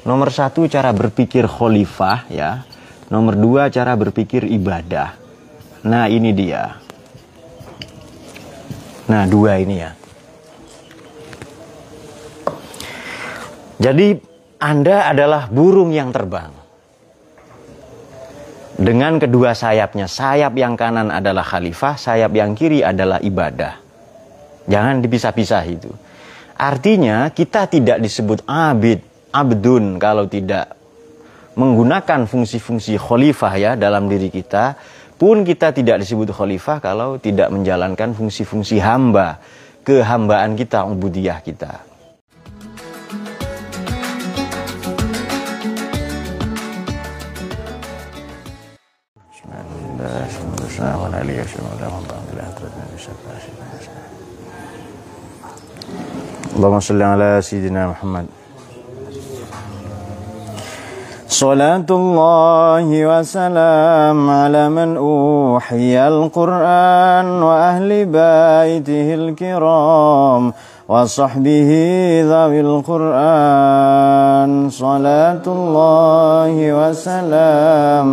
Nomor satu, cara berpikir khalifah ya. Nomor dua, cara berpikir ibadah. Nah ini dia. Nah dua ini ya. Jadi Anda adalah burung yang terbang. Dengan kedua sayapnya. Sayap yang kanan adalah khalifah, sayap yang kiri adalah ibadah. Jangan dipisah-pisah itu. Artinya kita tidak disebut abdun kalau tidak menggunakan fungsi-fungsi khalifah ya dalam diri kita, pun kita tidak disebut khalifah kalau tidak menjalankan fungsi-fungsi hamba, kehambaan kita, ubudiyah kita. Allahumma salli ala sayyidina Muhammad. Salatullahi wa salam ala man uhiyal Qur'an wa ahli baitihil kiram wa sahbihi dhawil Qur'an. Salatullahi wa salam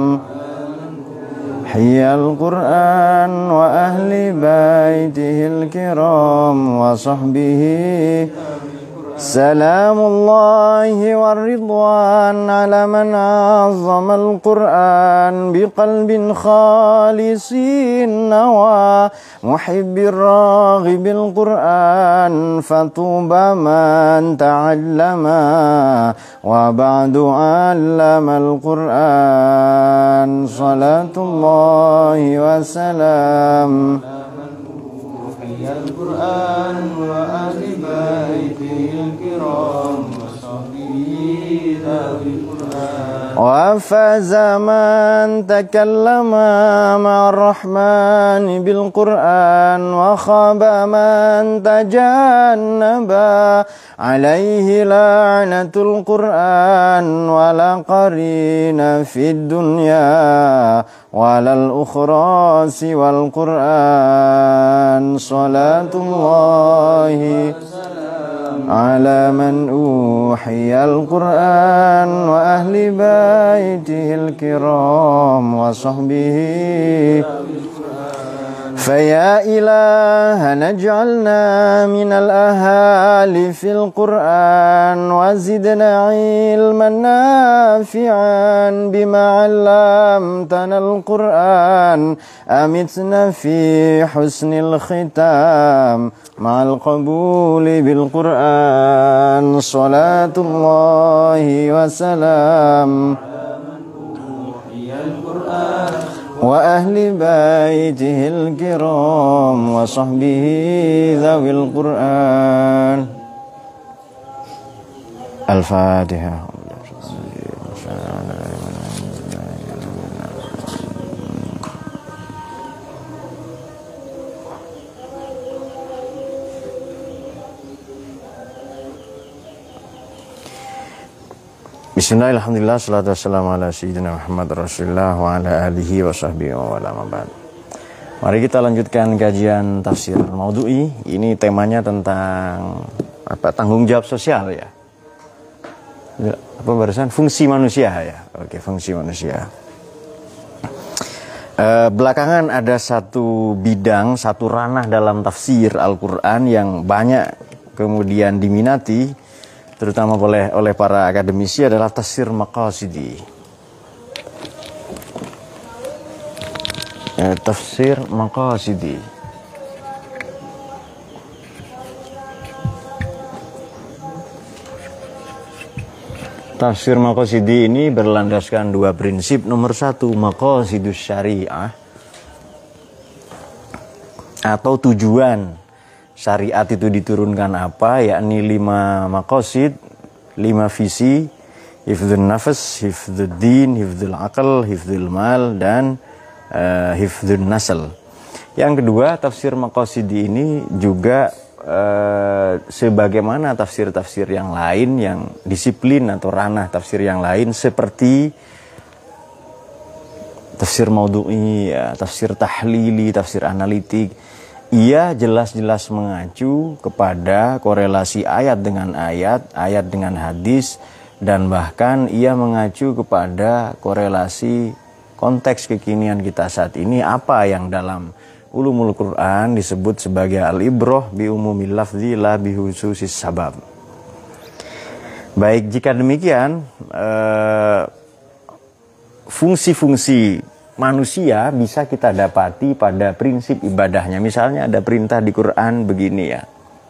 Hiyal Qur'an wa ahli baitihil kiram wa sahbihi. Salamullahi warridwan ala man azzamal Qur'an biqalbin khalisin nawa muhibbir raghibil Qur'an fatuba man ta'allama wa ba'du 'allamal Qur'an. Salatullahi wa salam Al-Quran wa ahli baitihil kiram wa sahbihi dhawil Quran. Wa faza man takallama ma'ar rahmani bil Quran wa khaba man tajannaba alaihi la'natul Quran wa la qarina fid dunya walal ukhra siwal Quran. Salatullahi ala man uhiyal Quran wa ahli baitihil kiram wa sahbihi. فيا إلهنا اجعلنا من الأهالي في القرآن وزدنا علما نافعا بما علمتنا القرآن أمتنا في حسن الختام مع القبول بالقرآن. صلاة الله وسلام wa ahli baitihil kiram wa sahbihi dhawil Qur'an. Al-Fatihah. Bismillah, alhamdulillah, salatu wassalamu ala sayyidina Muhammad Rasulullah wa ala alihi wa sahbihi wa ala mabad. Mari kita lanjutkan kajian tafsir Maudhu'i. Ini temanya tentang tanggung jawab sosial ya. Apa barusan? Fungsi manusia ya. Oke, fungsi manusia. Belakangan ada satu bidang, satu ranah dalam tafsir Al-Quran yang banyak kemudian diminati, terutama oleh para akademisi, adalah tafsir maqasidi. Tafsir maqasidi. Tafsir maqasidi ini berlandaskan dua prinsip. Nomor satu, maqasidus syariah, atau tujuan syariat itu diturunkan apa, yakni 5 maqasid, 5 visi: hifdzun nafas, hifdzud din, hifdzul aql, hifdzul mal, dan hifdzun nasl. Yang kedua, tafsir maqasidi ini juga sebagaimana tafsir-tafsir yang lain, yang disiplin atau ranah tafsir yang lain seperti tafsir Maudhu'i, ya, tafsir tahlili, tafsir analitik, ia jelas-jelas mengacu kepada korelasi ayat dengan ayat, ayat dengan hadis, dan bahkan ia mengacu kepada korelasi konteks kekinian kita saat ini, apa yang dalam ulumul Quran disebut sebagai al-ibrah bi umumil lafzi la bi khususis sabab. Baik, jika demikian fungsi-fungsi manusia bisa kita dapati pada prinsip ibadahnya. Misalnya ada perintah di Quran begini ya.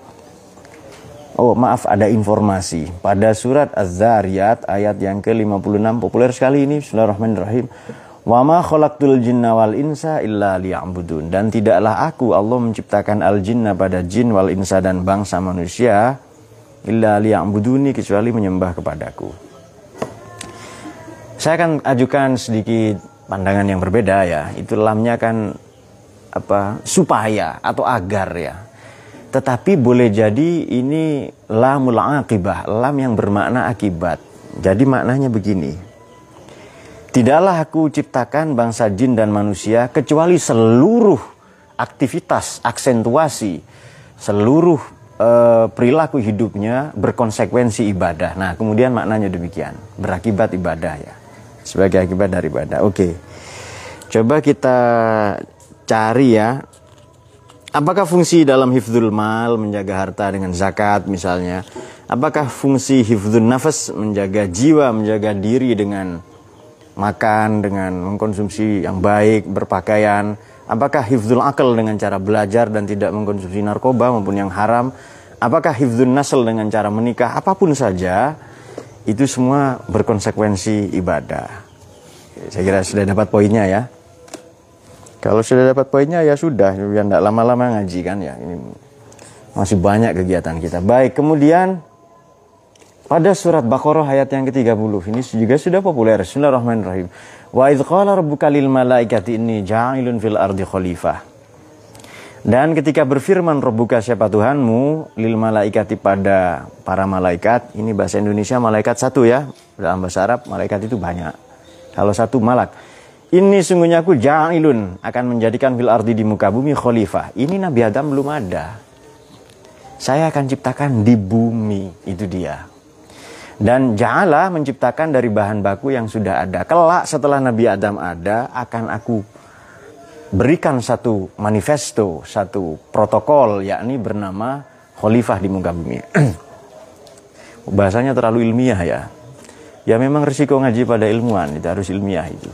Oh maaf, ada informasi pada surat Az-Zariyat ayat yang ke-56, populer sekali ini. Bismillahirrahmanirrahim. Wa ma khalaqtul jinna wal insa illa liya'budun. Dan tidaklah aku Allah menciptakan al jinna pada jin wal insa dan bangsa manusia illa liya'buduni, kecuali menyembah kepadaku. Saya akan ajukan sedikit pandangan yang berbeda ya. Itu lamnya kan apa? Supaya atau agar ya. Tetapi boleh jadi ini lamul aqibah, lam yang bermakna akibat. Jadi maknanya begini. Tidaklah aku ciptakan bangsa jin dan manusia kecuali seluruh aktivitas, aksentuasi, seluruh perilaku hidupnya berkonsekuensi ibadah. Nah, kemudian maknanya demikian, berakibat ibadah ya. Sebagai akibat dari ibadah. Oke. Coba kita cari ya. Apakah fungsi dalam hifdzul mal, menjaga harta dengan zakat misalnya? Apakah fungsi hifdzun nafas, menjaga jiwa, menjaga diri dengan makan, dengan mengkonsumsi yang baik, berpakaian? Apakah hifdzul akal dengan cara belajar dan tidak mengkonsumsi narkoba maupun yang haram? Apakah hifdzun nasl dengan cara menikah? Apapun saja, itu semua berkonsekuensi ibadah. Saya kira sudah dapat poinnya ya. Kalau sudah dapat poinnya ya sudah, biar tidak lama-lama ngaji kan ya. Ini masih banyak kegiatan kita. Baik, kemudian pada surat Baqarah ayat yang ke-30 ini juga sudah populer. Bismillahirrahmanirrahim. Wa idz qala rabbuka lil malaikati inni ja'ilun fil ardi khalifah. Dan ketika berfirman Rabbuka, siapa Tuhanmu, lil malaikati pada para malaikat. Ini bahasa Indonesia malaikat satu ya. Dalam bahasa Arab malaikat itu banyak. Kalau satu malak. Ini sungguhnya aku ja'ilun, akan menjadikan fil ardi di muka bumi khalifah. Ini Nabi Adam belum ada. Saya akan ciptakan di bumi, itu dia. Dan ja'ala menciptakan dari bahan baku yang sudah ada. Kelak setelah Nabi Adam ada, akan aku berikan satu manifesto, satu protokol, yakni bernama khalifah di muka bumi. Bahasanya terlalu ilmiah ya. Ya memang risiko ngaji pada ilmuwan, itu harus ilmiah itu.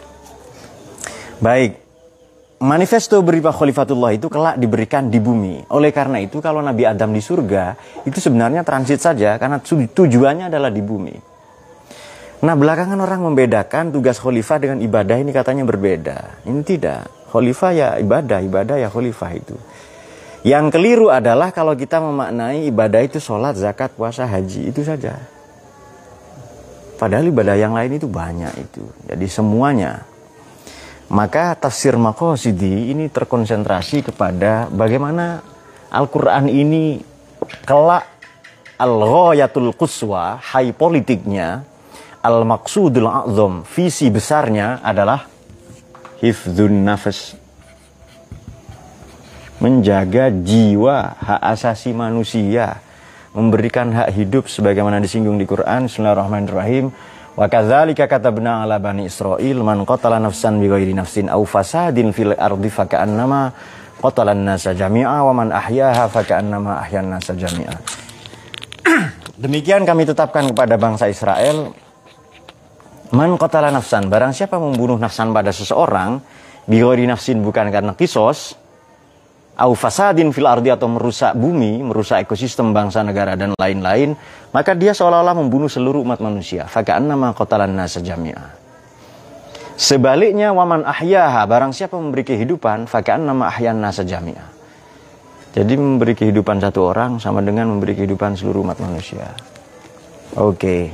Baik, manifesto berupa khalifatullah itu kelak diberikan di bumi. Oleh karena itu kalau Nabi Adam di surga, itu sebenarnya transit saja karena tujuannya adalah di bumi. Nah belakangan orang membedakan tugas khalifah dengan ibadah ini katanya berbeda. Ini tidak. Khalifah ya ibadah, ibadah ya khalifah itu. Yang keliru adalah kalau kita memaknai ibadah itu sholat, zakat, puasa, haji, itu saja. Padahal ibadah yang lain itu banyak itu. Jadi semuanya. Maka tafsir Maqasidi ini terkonsentrasi kepada bagaimana Al-Quran ini kelak al-ghayatul quswa, high politiknya, al-maqsudul a'zam, visi besarnya adalah hifdzun nafas, menjaga jiwa, hak asasi manusia, memberikan hak hidup sebagaimana disinggung di Quran. Bismillahirrahmanirrahim. Wa kadzalika katabna ala bani Israil man qatala nafsan bighairi nafsin aw fasadin fil ardi faka'annama qatalan nasa jami'a wa man ahyaha faka'annama ahyan nasa jami'a. Demikian kami tetapkan kepada bangsa Israel, man qatala nafsan, barang siapa membunuh nafsan pada seseorang bighairi nafsin, bukan karena kisos, au fasadin fil ardi, atau merusak bumi, merusak ekosistem bangsa negara dan lain-lain, maka dia seolah-olah membunuh seluruh umat manusia. Faka'annama qatalan nasa jami'a. Sebaliknya, waman ahyaha, barang siapa memberi kehidupan, faka'annama ahyan nasa jami'a. Jadi memberi kehidupan satu orang sama dengan memberi kehidupan seluruh umat manusia. Oke.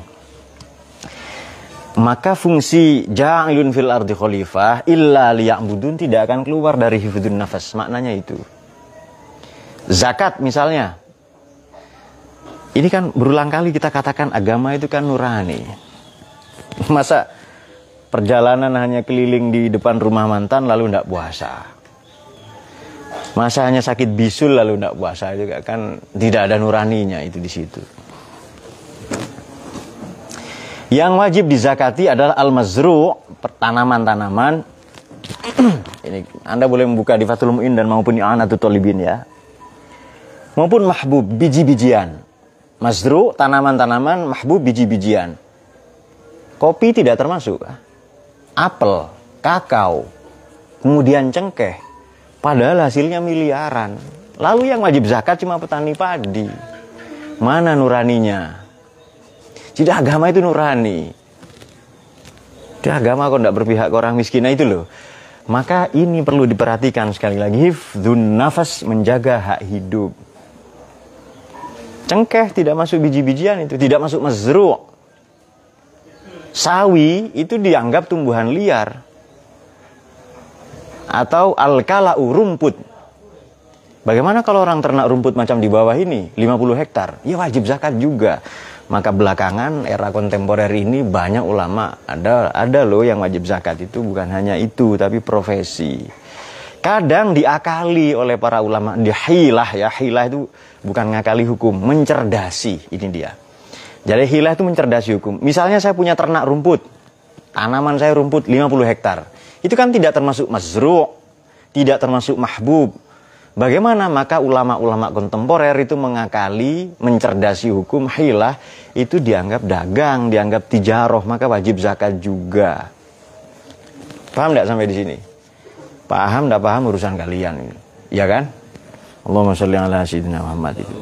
Maka fungsi ja'ilun fil ardi khalifah illa liya'budun tidak akan keluar dari hifdzun nafas. Maknanya itu. Zakat misalnya. Ini kan berulang kali kita katakan agama itu kan nurani. Masa perjalanan hanya keliling di depan rumah mantan lalu tidak puasa? Masa hanya sakit bisul lalu tidak puasa? Juga kan tidak ada nuraninya itu di situ. Yang wajib dizakati adalah al-mazru', tanaman-tanaman. Ini Anda boleh membuka di Fathul Mu'in dan maupun I'anatul Thalibin ya. Maupun mahbub, biji-bijian. Mazru', tanaman-tanaman, mahbub, biji-bijian. Kopi tidak termasuk. Apel, kakao, kemudian cengkeh. Padahal hasilnya miliaran. Lalu yang wajib zakat cuma petani padi. Mana nuraninya? Jadi agama itu nurani. Jadi agama kok tidak berpihak ke orang miskin, nah itu loh. Maka ini perlu diperhatikan sekali lagi. Hifdzun nafas, menjaga hak hidup. Cengkeh tidak masuk biji-bijian itu, tidak masuk mazru'. Sawi itu dianggap tumbuhan liar. Atau al-kala'u, rumput. Bagaimana kalau orang ternak rumput macam di bawah ini, 50 hektar? Ya wajib zakat juga. Maka belakangan era kontemporer ini banyak ulama, ada loh yang wajib zakat itu bukan hanya itu, tapi profesi. Kadang diakali oleh para ulama, hilah ya, hilah itu bukan ngakali hukum, mencerdasi, ini dia. Jadi hilah itu mencerdasi hukum. Misalnya saya punya ternak rumput, tanaman saya rumput 50 hektar. Itu kan tidak termasuk mazru', tidak termasuk mahbub. Bagaimana? Maka ulama-ulama kontemporer itu mengakali, mencerdasi hukum, hilah itu dianggap dagang, dianggap tijaroh, maka wajib zakat juga. Paham tidak sampai di sini? Paham tidak paham urusan kalian ini, ya kan? Allahumma sholli ala sayyidina Muhammad itu.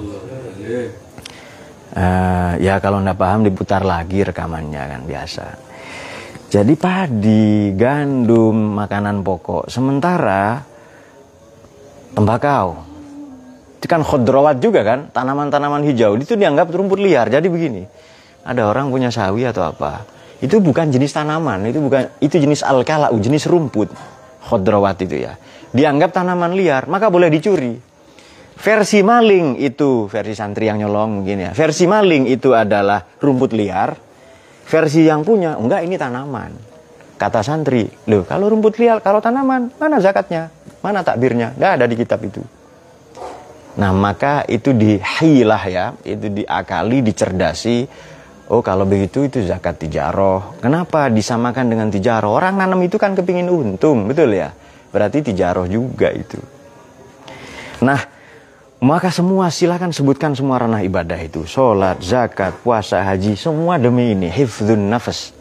Ya kalau tidak paham diputar lagi rekamannya kan biasa. Jadi padi, gandum, makanan pokok. Sementara tembakau itu kan khodrawat juga kan, tanaman-tanaman hijau itu dianggap rumput liar. Jadi begini, ada orang punya sawi atau apa, itu bukan jenis tanaman, itu jenis al-kala'u, jenis rumput. Khodrawat itu ya, dianggap tanaman liar, maka boleh dicuri. Versi maling itu, versi santri yang nyolong mungkin ya, versi maling itu adalah rumput liar. Versi yang punya, enggak ini tanaman. Kata santri, loh kalau rumput liar, kalau tanaman, mana zakatnya? Mana takbirnya? Nggak ada di kitab itu. Nah maka itu dihilah ya, itu diakali, dicerdasi. Oh kalau begitu itu zakat tijaroh. Kenapa disamakan dengan tijaroh? Orang nanam itu kan kepingin untung, betul ya? Berarti tijaroh juga itu. Nah maka semua silakan sebutkan semua ranah ibadah itu. Sholat, zakat, puasa, haji, semua demi ini. Hifdzun nafas.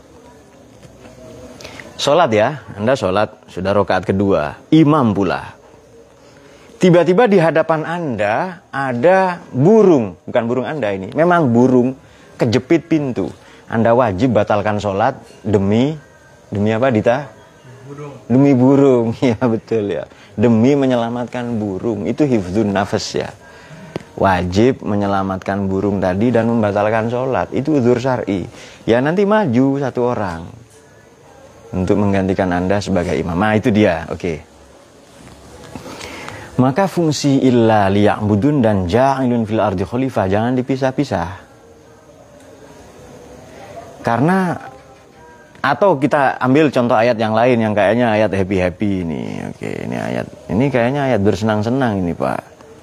Sholat ya, Anda sholat, sudah rakaat kedua, imam pula. Tiba-tiba di hadapan Anda ada burung, bukan burung Anda ini, memang burung kejepit pintu. Anda wajib batalkan sholat demi apa Dita? Burung. Demi burung, ya betul ya. Demi menyelamatkan burung, itu hifdzun nafas ya. Wajib menyelamatkan burung tadi dan membatalkan sholat, itu udzur syar'i. Ya nanti maju satu orang untuk menggantikan Anda sebagai imam. Nah itu dia, oke. Maka fungsi illa liya'budun dan ja'ilun fil ardi khalifah jangan dipisah-pisah. Karena, atau kita ambil contoh ayat yang lain yang kayaknya ayat happy-happy ini. Oke, ini ayat, ini kayaknya ayat bersenang-senang ini Pak.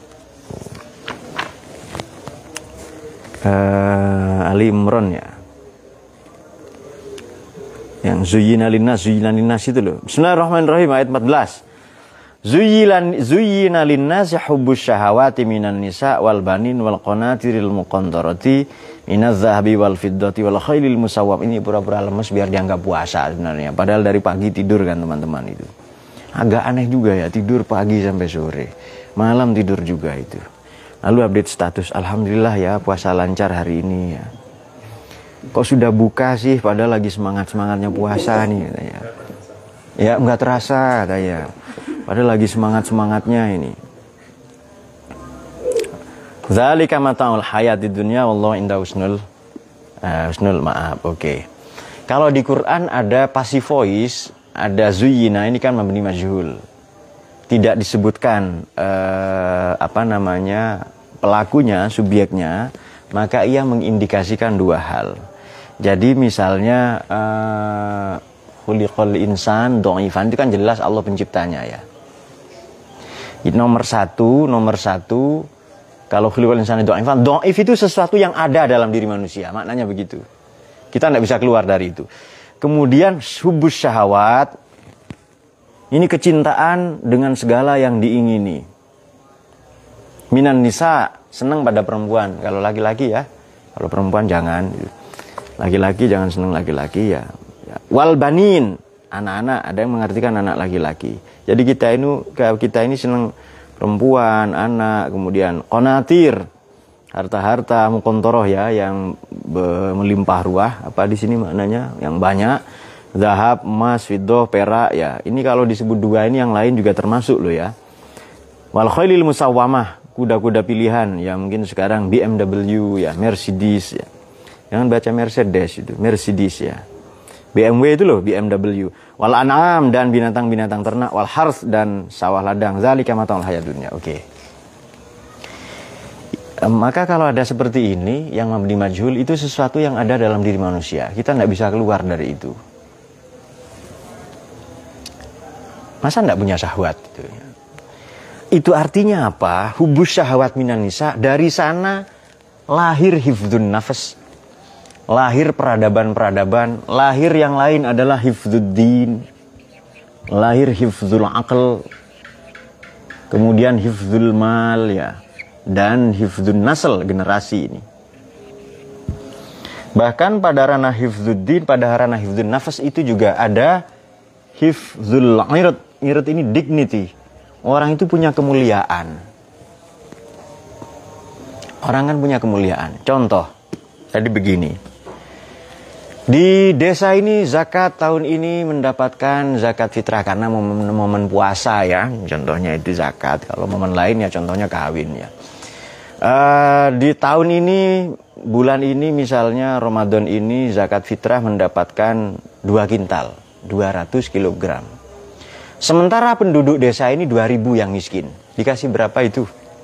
Ali Imran ya. Yang zuyyina linnas itu loh. Bismillahirrahmanirrahim ayat 14. Zuyyina linnasi hubbus syahawati minan nisa wal banin wal qanatiril muqantarati minaz zahabi wal fiddati wal khailil musawwam. Ini pura-pura lemes biar dianggap puasa sebenarnya. Padahal dari pagi tidur kan teman-teman itu. Agak aneh juga ya, tidur pagi sampai sore. Malam tidur juga itu. Lalu update status, alhamdulillah ya puasa lancar hari ini ya. Kok sudah buka sih padahal lagi semangat-semangatnya puasa nih katanya. Ya enggak terasa katanya. Padahal lagi semangat-semangatnya ini. Dzalika mata'ul hayatid dunya wallahu inda husnul maaf. Oke. Kalau di Quran ada passive voice, ada zuyyina, ini kan mabni majhul. Tidak disebutkan pelakunya, subjeknya, maka ia mengindikasikan dua hal. Jadi misalnya khuliqal insan dhaifan itu kan jelas Allah penciptanya ya. Nomor satu kalau khuliqal insan dhaifan, dhaif itu sesuatu yang ada dalam diri manusia, maknanya begitu. Kita tidak bisa keluar dari itu. Kemudian hubus syahwat, ini kecintaan dengan segala yang diingini. Minan nisa, senang pada perempuan. Kalau laki-laki ya, kalau perempuan jangan. Laki-laki jangan senang laki-laki ya. Wal banin, anak-anak, ada yang mengartikan anak laki-laki. Jadi kita ini senang perempuan, anak, kemudian konatir, harta-harta mukontoroh ya, yang melimpah ruah. Apa di sini maknanya? Yang banyak. Zahab, emas, fiddah, perak ya. Ini kalau disebut dua ini yang lain juga termasuk loh ya. Wal khailil musawwamah, kuda-kuda pilihan ya, mungkin sekarang BMW ya, Mercedes ya. Jangan baca Mercedes itu, Mercedes ya. BMW itu loh, BMW. Wal an'am, dan binatang-binatang ternak, wal harth, dan sawah ladang. Zalika mata'ul hayat dunya. Oke. Maka kalau ada seperti ini yang mabni majhul, itu sesuatu yang ada dalam diri manusia. Kita tidak bisa keluar dari itu. Masa tidak punya syahwat gitu ya. Itu artinya apa? Hubus syahwat minan nisa, dari sana lahir hifdzun nafas, lahir peradaban-peradaban, lahir yang lain adalah hifdzuddin, lahir hifdzul aql, kemudian hifdzul mal ya, dan hifdzun nasl, generasi ini. Bahkan pada ranah hifdzuddin, pada ranah hifdzun nafas itu juga ada hifdzul irad. Irad ini dignity. Orang itu punya kemuliaan. Orang kan punya kemuliaan. Contoh, tadi begini. Di desa ini zakat tahun ini mendapatkan zakat fitrah karena momen puasa ya. Contohnya itu zakat. Kalau momen lain ya contohnya kawin ya. Di tahun ini, bulan ini misalnya Ramadan ini zakat fitrah mendapatkan 2 kintal, 200 kilogram. Sementara penduduk desa ini 2.000 yang miskin. Dikasih berapa itu?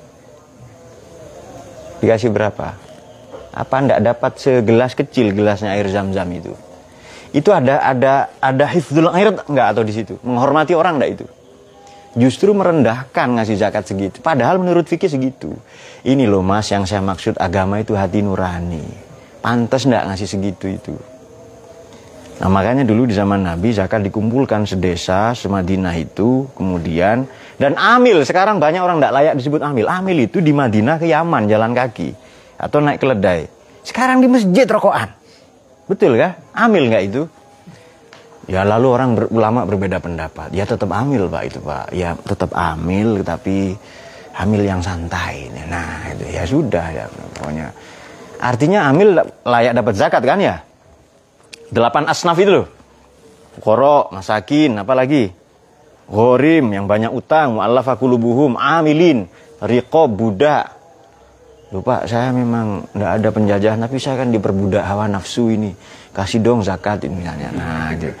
Dikasih berapa? Apa enggak dapat segelas kecil gelasnya air zam-zam itu? Itu ada hifdzul irad enggak atau di situ? Menghormati orang enggak itu? Justru merendahkan ngasih zakat segitu. Padahal menurut fikih segitu. Ini loh mas yang saya maksud agama itu hati nurani. Pantas enggak ngasih segitu itu? Nah makanya dulu di zaman Nabi zakat dikumpulkan sedesa, semadinah itu, kemudian, dan amil, sekarang banyak orang tidak layak disebut amil. Amil itu di Madinah ke Yaman, jalan kaki, atau naik keledai. Sekarang di masjid rokokan. Betul kah? Amil nggak itu? Ya lalu ulama berbeda pendapat. Ya tetap amil pak itu pak. Ya tetap amil, tapi amil yang santai. Nah itu ya sudah ya pokoknya. Artinya amil layak dapat zakat kan ya? 8 asnaf itu loh. Fuqara, masakin, apa lagi? Ghorim, yang banyak utang, mu'allafa qulubuhum, amilin, riqab, budak. Lupa, saya memang enggak ada penjajahan, tapi saya kan diperbudak hawa nafsu ini. Kasih dong zakat ini misalnya. Nah, gitu.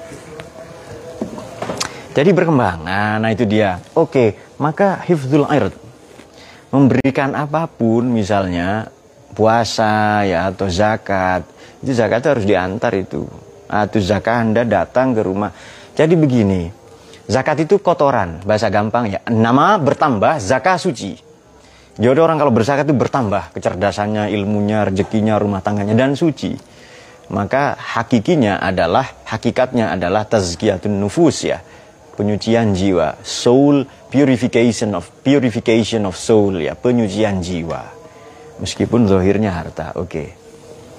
Jadi berkembang. Nah, itu dia. Oke, maka hifdzul irad. Memberikan apapun misalnya puasa ya atau zakat. Itu zakat itu harus diantar itu. Atau zakat Anda datang ke rumah. Jadi begini, zakat itu kotoran, bahasa gampang ya. Nama bertambah, zakat suci. Jadi orang kalau berzakat itu bertambah kecerdasannya, ilmunya, rezekinya, rumah tangganya, dan suci. Maka hakikatnya adalah tazkiyatun nufus ya, penyucian jiwa, soul purification of soul ya, penyucian jiwa. Meskipun zahirnya harta, oke.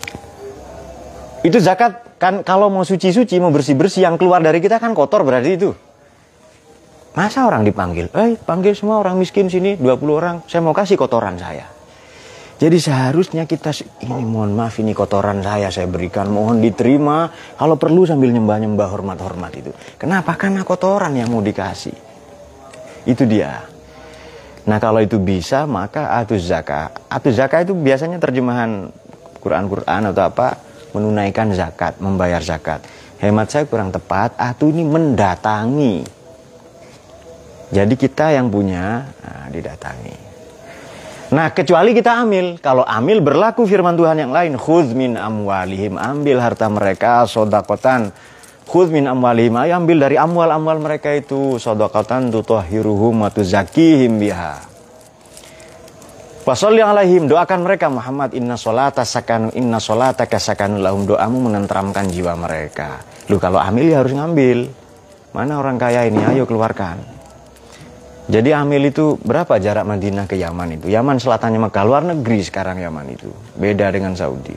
Itu zakat kan kalau mau suci-suci, mau bersih-bersih, yang keluar dari kita kan kotor berarti itu. Masa orang dipanggil, panggil semua orang miskin sini, 20 orang, saya mau kasih kotoran saya. Jadi seharusnya kita, ini mohon maaf ini kotoran saya berikan, mohon diterima, kalau perlu sambil nyembah-nyembah hormat-hormat itu. Kenapa? Karena kotoran yang mau dikasih. Itu dia. Nah kalau itu bisa, maka atuz zakah. Atuz zakah itu biasanya terjemahan Quran atau apa, menunaikan zakat, membayar zakat. Hemat saya kurang tepat, atu ini mendatangi. Jadi kita yang punya, didatangi. Nah kecuali kita amil. Kalau amil berlaku firman Tuhan yang lain. Khudz min amwalihim, ambil harta mereka, sodakotan. Khudz min amwalihim, ambil dari amwal mereka itu, sodakotan tutahhiruhum wa tuzakihim biha. Washolli alaihim, doakan mereka Muhammad, inna sholataka sakanun lahum, doamu menenteramkan jiwa mereka. Lu kalau amil ya harus ngambil. Mana orang kaya ini, ayo keluarkan. Jadi amil itu berapa jarak Madinah ke Yaman itu? Yaman selatannya Mekah, luar negeri sekarang Yaman itu. Beda dengan Saudi.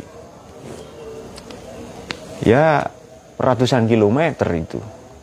Ya ratusan kilometer itu.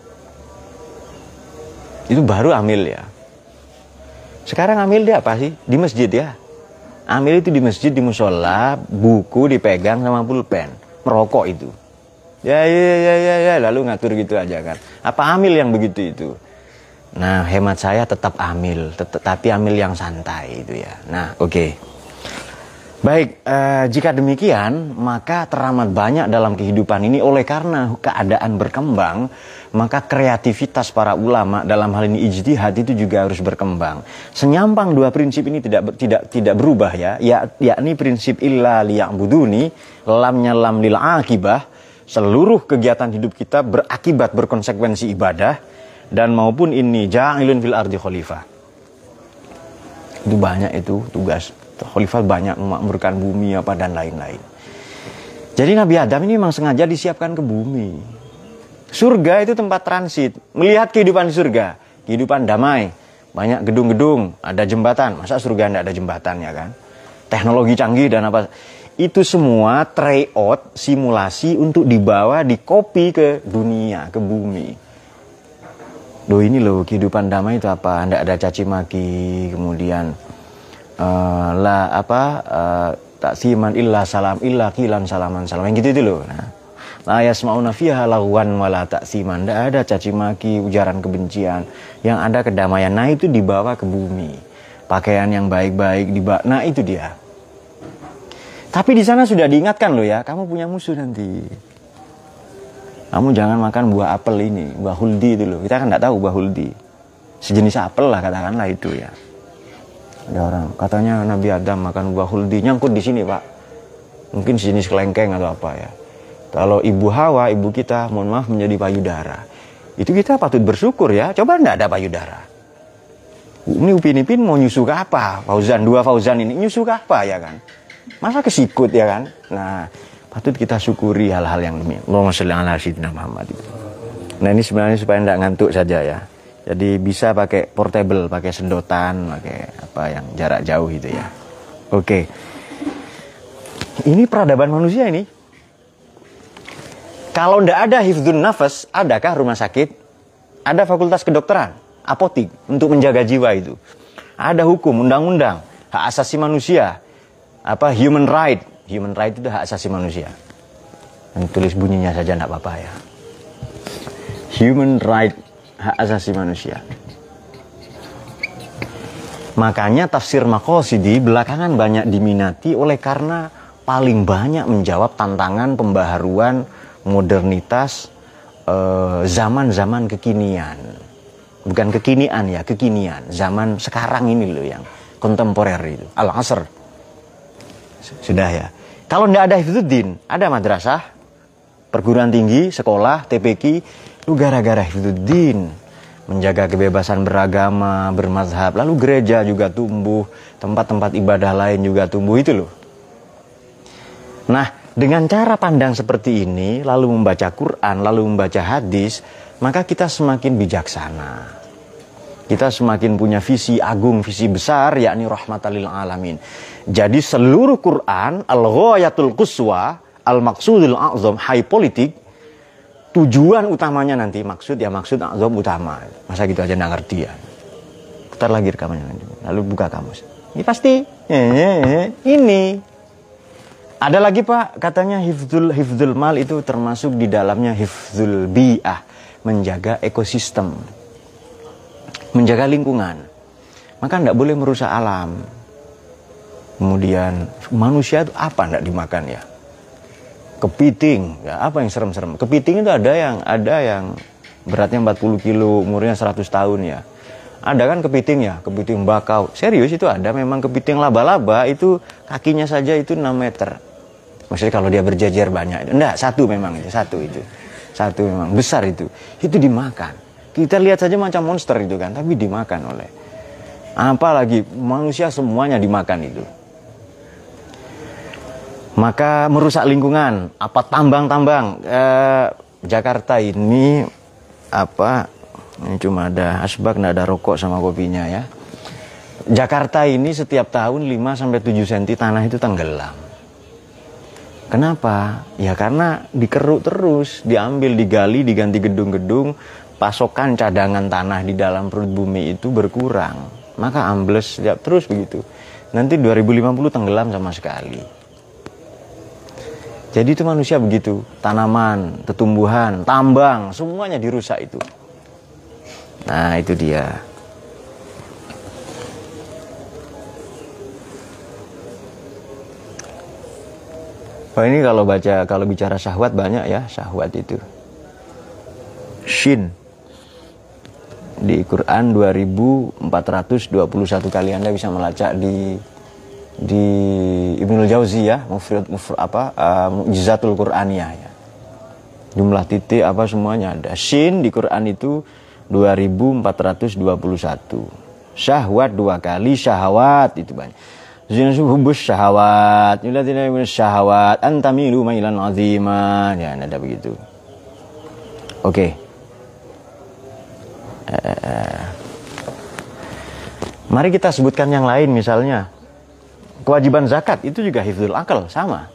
Itu baru amil ya. Sekarang amil dia apa sih? Di masjid ya. Amil itu di masjid, di musola, buku dipegang sama pulpen, merokok itu. Ya, lalu ngatur gitu aja kan. Apa amil yang begitu itu? Nah, hemat saya tetap amil, tapi amil yang santai itu ya. Nah, oke. Baik, jika demikian, maka teramat banyak dalam kehidupan ini oleh karena keadaan berkembang, maka kreativitas para ulama dalam hal ini ijtihad itu juga harus berkembang. Senyampang dua prinsip ini tidak berubah ya, yakni prinsip illa liya'buduni, lamnya lam lil akibah, seluruh kegiatan hidup kita berakibat berkonsekuensi ibadah, dan maupun ini ja'ilun fil ardi khalifah. Itu banyak itu tugas. Khalifah banyak memakmurkan bumi apa dan lain-lain. Jadi Nabi Adam ini memang sengaja disiapkan ke bumi. Surga itu tempat transit, melihat kehidupan di surga, kehidupan damai, banyak gedung-gedung, ada jembatan. Masa surga tidak ada jembatan ya kan? Teknologi canggih dan apa? Itu semua tryout, simulasi untuk dibawa, dikopi ke dunia, ke bumi. Loh ini loh kehidupan damai itu apa? Tidak ada caci maki, kemudian taksiman illa salam illa kilan salaman salam, yang gitu itu loh. Nah, la yasmauna fiha lagwan wala taksiman, tidak ada caci maki, ujaran kebencian, yang ada kedamaian. Nah itu dibawa ke bumi, pakaian yang baik-baik dibawa. Nah itu dia. Tapi di sana sudah diingatkan loh ya, kamu punya musuh nanti. Kamu jangan makan buah apel ini, buah huldi itu loh. Kita kan tidak tahu buah huldi, sejenis apel lah katakanlah itu ya. Ada orang katanya Nabi Adam makan buah huldi, nyangkut di sini pak, mungkin sejenis kelengkeng atau apa ya. Kalau ibu Hawa, ibu kita, mohon maaf, menjadi payudara, itu kita patut bersyukur ya. Coba enggak ada payudara, ini Upin Ipin mau nyusu ke apa? Dua Fauzan ini nyusu ke apa ya kan? Masa kesikut ya kan? Nah patut kita syukuri hal-hal yang demikian. Allahumma sholli ala sayyidina Muhammad. Nah ini sebenarnya supaya enggak ngantuk saja ya. Jadi bisa pakai portable, pakai sedotan, pakai apa yang jarak jauh itu ya. Oke. Ini peradaban manusia ini. Kalau ndak ada hifdzun nafas, adakah rumah sakit? Ada fakultas kedokteran, apotik untuk menjaga jiwa itu. Ada hukum, undang-undang, hak asasi manusia, apa human right. Human right itu hak asasi manusia. Dan tulis bunyinya saja ndak apa-apa ya. Human right, hak asasi manusia. Makanya tafsir Maqasidi belakangan banyak diminati oleh karena paling banyak menjawab tantangan pembaharuan modernitas zaman-zaman kekinian. Bukan kekinian ya, kekinian. Zaman sekarang ini loh yang kontemporer itu. Al-Asr. Sudah ya. Kalau tidak ada Hifdzuddin, ada madrasah, perguruan tinggi, sekolah, TPQ, itu gara-gara Hifdzuddin, menjaga kebebasan beragama, bermazhab, lalu gereja juga tumbuh, tempat-tempat ibadah lain juga tumbuh itu loh. Nah, dengan cara pandang seperti ini, lalu membaca Quran, lalu membaca hadis, maka kita semakin bijaksana. Kita semakin punya visi agung, visi besar, yakni rahmatan lil alamin. Jadi seluruh Quran, al-ghayatul quswa, al-maqsudul a'zam, high politik, tujuan utamanya nanti, maksud a'zam utama. Masa gitu aja nggak ngerti ya. Putar lagi rekamannya, lalu buka kamus. Ini pasti, ini. Ada lagi pak, katanya hifdzul mal itu termasuk di dalamnya hifdzul bi'ah, menjaga ekosistem, menjaga lingkungan. Maka tidak boleh merusak alam. Kemudian manusia itu apa tidak dimakan ya? Kepiting, ya apa yang serem-serem? Kepiting itu ada yang beratnya 40 kilo, umurnya 100 tahun ya. Ada kan kepiting ya, kepiting bakau. Serius itu ada, memang kepiting laba-laba itu kakinya saja itu 6 meter. Maksudnya kalau dia berjejer banyak. Enggak, satu memang itu, satu memang besar itu. Itu dimakan. Kita lihat saja macam monster itu kan, tapi dimakan oleh. Apalagi manusia semuanya dimakan itu. Maka merusak lingkungan. Apa tambang-tambang? Jakarta ini apa? Ini cuma ada asbak, nggak ada rokok sama kopinya ya. Jakarta ini setiap tahun 5-7 cm tanah itu tenggelam. Kenapa? Ya karena dikeruk terus, diambil, digali, diganti gedung-gedung, pasokan cadangan tanah di dalam perut bumi itu berkurang. Maka ambles terus begitu. Nanti 2050 tenggelam sama sekali. Jadi itu manusia begitu, tanaman, tumbuhan, tambang, semuanya dirusak itu. Nah itu dia. Oh ini kalau bicara syahwat banyak ya, syahwat itu. Shin. Di Quran 2421 kali Anda bisa melacak di Ibnul Jauzi ya, Mu'jizatul Qur'aniyah ya. Jumlah titik apa semuanya ada. Shin di Quran itu 2421. Syahwat 2 kali, syahwat itu banyak. Hubus syahwat, yuladina syahwat, antamilu mailan aziman. Ya, ada begitu. Oke. Mari kita sebutkan yang lain misalnya. Kewajiban zakat itu juga hifdzul akal, sama.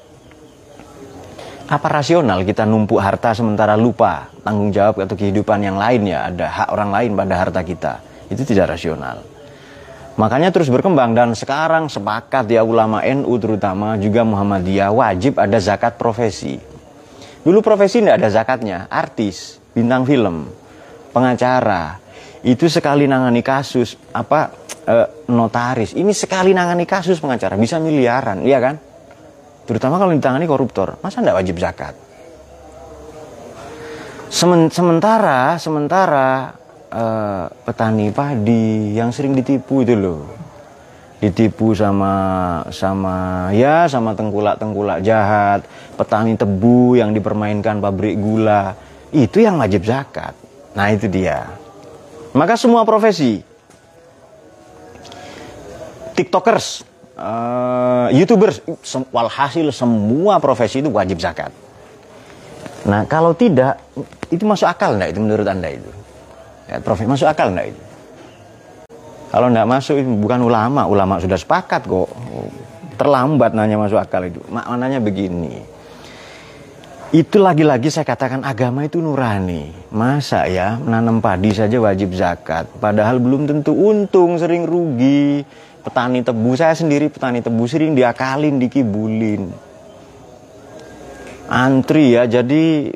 Apa rasional kita numpuk harta sementara lupa tanggung jawab atau kehidupan yang lain ya, ada hak orang lain pada harta kita. Itu tidak rasional. Makanya terus berkembang dan sekarang sepakat ya ulama NU terutama juga Muhammadiyah wajib ada zakat profesi. Dulu profesi tidak ada zakatnya, artis, bintang film, pengacara, itu sekali nangani kasus notaris, ini sekali nangani kasus pengacara bisa miliaran, iya kan? Terutama kalau ditangani koruptor, masa tidak wajib zakat? Sementara petani padi yang sering ditipu itu loh, ditipu sama tengkulak jahat, petani tebu yang dipermainkan pabrik gula, itu yang wajib zakat. Nah itu dia. Maka semua profesi, tiktokers, youtubers, walhasil semua profesi itu wajib zakat. Nah kalau tidak, itu masuk akal enggak itu menurut Anda itu? Ya, profesi masuk akal enggak itu? Kalau enggak masuk, itu bukan ulama sudah sepakat kok. Terlambat nanya masuk akal itu. Maknanya begini. Itu lagi-lagi saya katakan agama itu nurani. Masa ya menanam padi saja wajib zakat, padahal belum tentu untung, sering rugi. Petani tebu, saya sendiri petani tebu, sering diakalin, dikibulin. Antri ya, jadi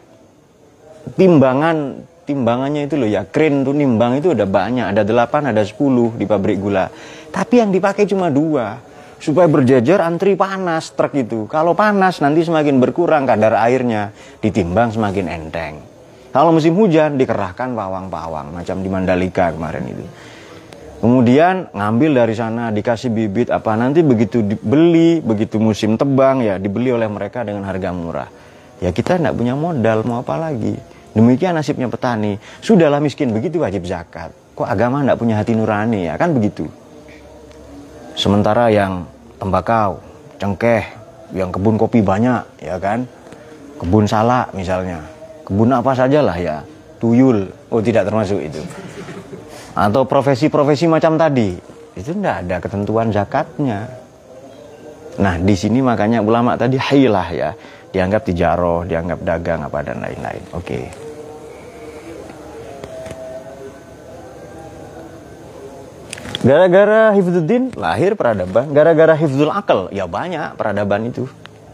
timbangannya itu loh ya, crane tuh nimbang itu ada banyak, ada 8, ada 10 di pabrik gula. Tapi yang dipakai cuma 2. Supaya berjajar antri panas truk itu. Kalau panas nanti semakin berkurang kadar airnya, ditimbang semakin enteng. Kalau musim hujan dikerahkan pawang-pawang macam di Mandalika kemarin itu. Kemudian ngambil dari sana, dikasih bibit apa, nanti begitu dibeli, begitu musim tebang ya dibeli oleh mereka dengan harga murah. Ya kita tidak punya modal, mau apa lagi. Demikian nasibnya petani. Sudahlah miskin begitu wajib zakat. Kok agama tidak punya hati nurani ya, kan begitu. Sementara yang tembakau, cengkeh, yang kebun kopi banyak, ya kan? Kebun salak misalnya, kebun apa sajalah ya, tuyul, oh tidak termasuk itu. Atau profesi-profesi macam tadi, itu tidak ada ketentuan zakatnya. Nah di sini makanya ulama tadi hilah ya, dianggap tijaroh, dianggap dagang apa dan lain-lain. Oke. Gara-gara hifdzuddin lahir peradaban, gara-gara hifdzul akal ya banyak peradaban itu.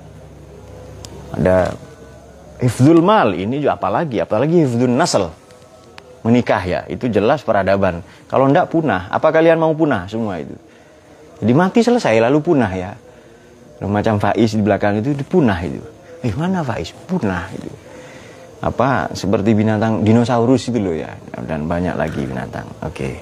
Ada hifdzul mal, ini juga apalagi hifdzul nasl, menikah ya, itu jelas peradaban. Kalau enggak punah, apa kalian mau punah semua itu? Jadi mati selesai lalu punah ya. Macam Faiz di belakang itu punah itu. Mana Faiz? Punah itu. Apa seperti binatang dinosaurus itu loh ya, dan banyak lagi binatang. Oke.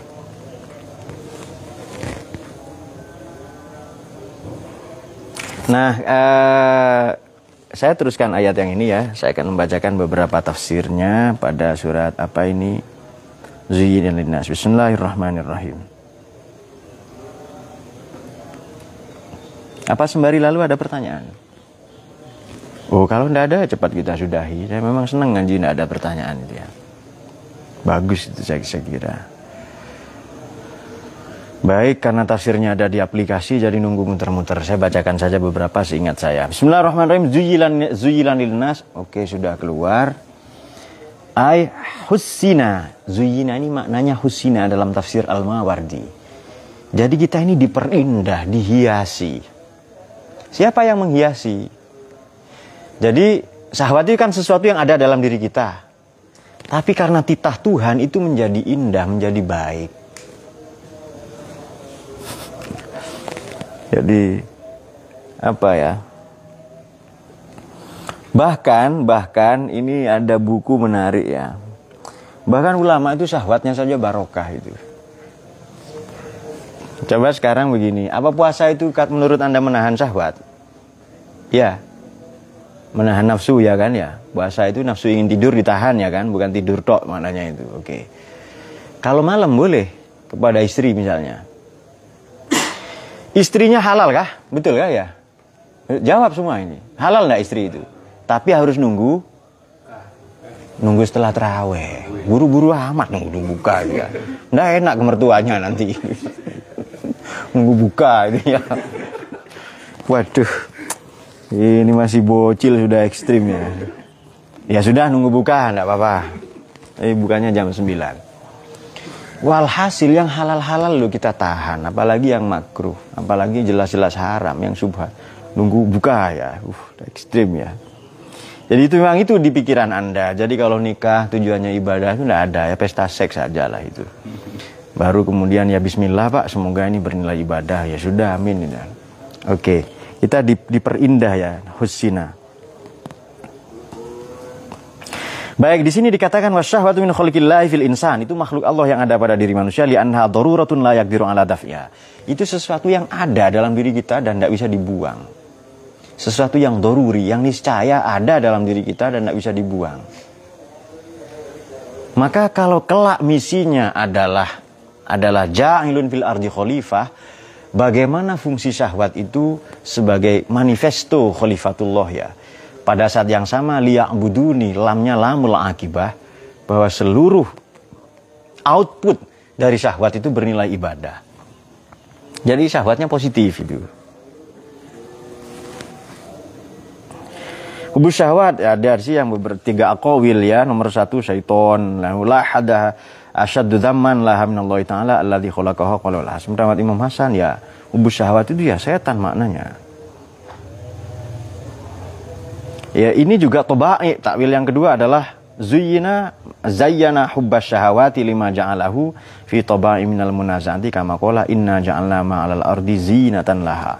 Nah, saya teruskan ayat yang ini ya. Saya akan membacakan beberapa tafsirnya pada surat apa ini? Zuyyina linnas. Bismillahirrahmanirrahim. Apa sembari lalu ada pertanyaan? Oh, kalau tidak ada cepat kita sudahi. Saya memang senang ngaji tidak ada pertanyaan itu ya. Bagus itu saya kira. Baik, karena tafsirnya ada di aplikasi jadi nunggu muter-muter. Saya bacakan saja beberapa seingat saya. Bismillahirrahmanirrahim. Zuyilan lilnas. Oke, sudah keluar. Ay husina. Zuyina ini maknanya husina dalam tafsir Al-Mawardi. Jadi kita ini diperindah, dihiasi. Siapa yang menghiasi? Jadi syahwat itu kan sesuatu yang ada dalam diri kita. Tapi karena titah Tuhan itu menjadi indah, menjadi baik. Jadi apa ya? Bahkan ini ada buku menarik ya. Bahkan ulama itu syahwatnya saja barokah itu. Coba sekarang begini, apa puasa itu menurut Anda menahan syahwat? Ya. Menahan nafsu ya kan ya. Puasa itu nafsu ingin tidur ditahan ya kan, bukan tidur tok maknanya itu. Oke. Kalau malam boleh kepada istri misalnya. Istrinya halal kah? Betul kah ya? Jawab semua ini. Halal enggak istri itu? Tapi harus nunggu setelah tarawih. Buru-buru amat nunggu buka ya. Nggak enak ke mertuanya nanti. Nunggu buka itu ya. Waduh. Ini masih bocil sudah ekstrim ya. Ya sudah nunggu buka enggak apa-apa. Bukanya jam 9. Walhasil yang halal-halal lo kita tahan, apalagi yang makruh, apalagi jelas-jelas haram, yang subhat. Nunggu buka ya. Ekstrim ya. Jadi itu memang itu di pikiran Anda. Jadi kalau nikah tujuannya ibadah itu enggak ada ya, pesta seks aja lah itu. Baru kemudian ya bismillah Pak, semoga ini bernilai ibadah. Ya sudah, amin. Oke. Kita diperindah ya, husina. Baik, di sini dikatakan wasyahwatu min khalqillahi fil insan, itu makhluk Allah yang ada pada diri manusia, li anha daruratun la yaqdiru ala daf'iha. Itu sesuatu yang ada dalam diri kita dan tidak bisa dibuang. Sesuatu yang doruri, yang niscaya ada dalam diri kita dan tidak bisa dibuang. Maka kalau kelak misinya adalah ja'ilun fil ardi khalifah, bagaimana fungsi syahwat itu sebagai manifesto khalifatullah ya. Pada saat yang sama liya'buduni, lamnya lamul akibah, bahwa seluruh output dari syahwat itu bernilai ibadah. Jadi syahwatnya positif itu. Hubus syahwat ya, ada sih yang bertiga aqawil ya. Nomor 1 syaiton, la hada asyaddu dzamman laha minallahi ta'ala alladzi khalaqaha qala al-Hasan. Menurut Imam Hasan ya, hubus syahwat itu ya setan maknanya. Ya ini juga toba'i. Takwil yang kedua adalah zayyana hubbas syahawati lima ja'alahu fi toba'i minal munazanti kama qala inna ja'alna ma'alal ardi zinatan laha.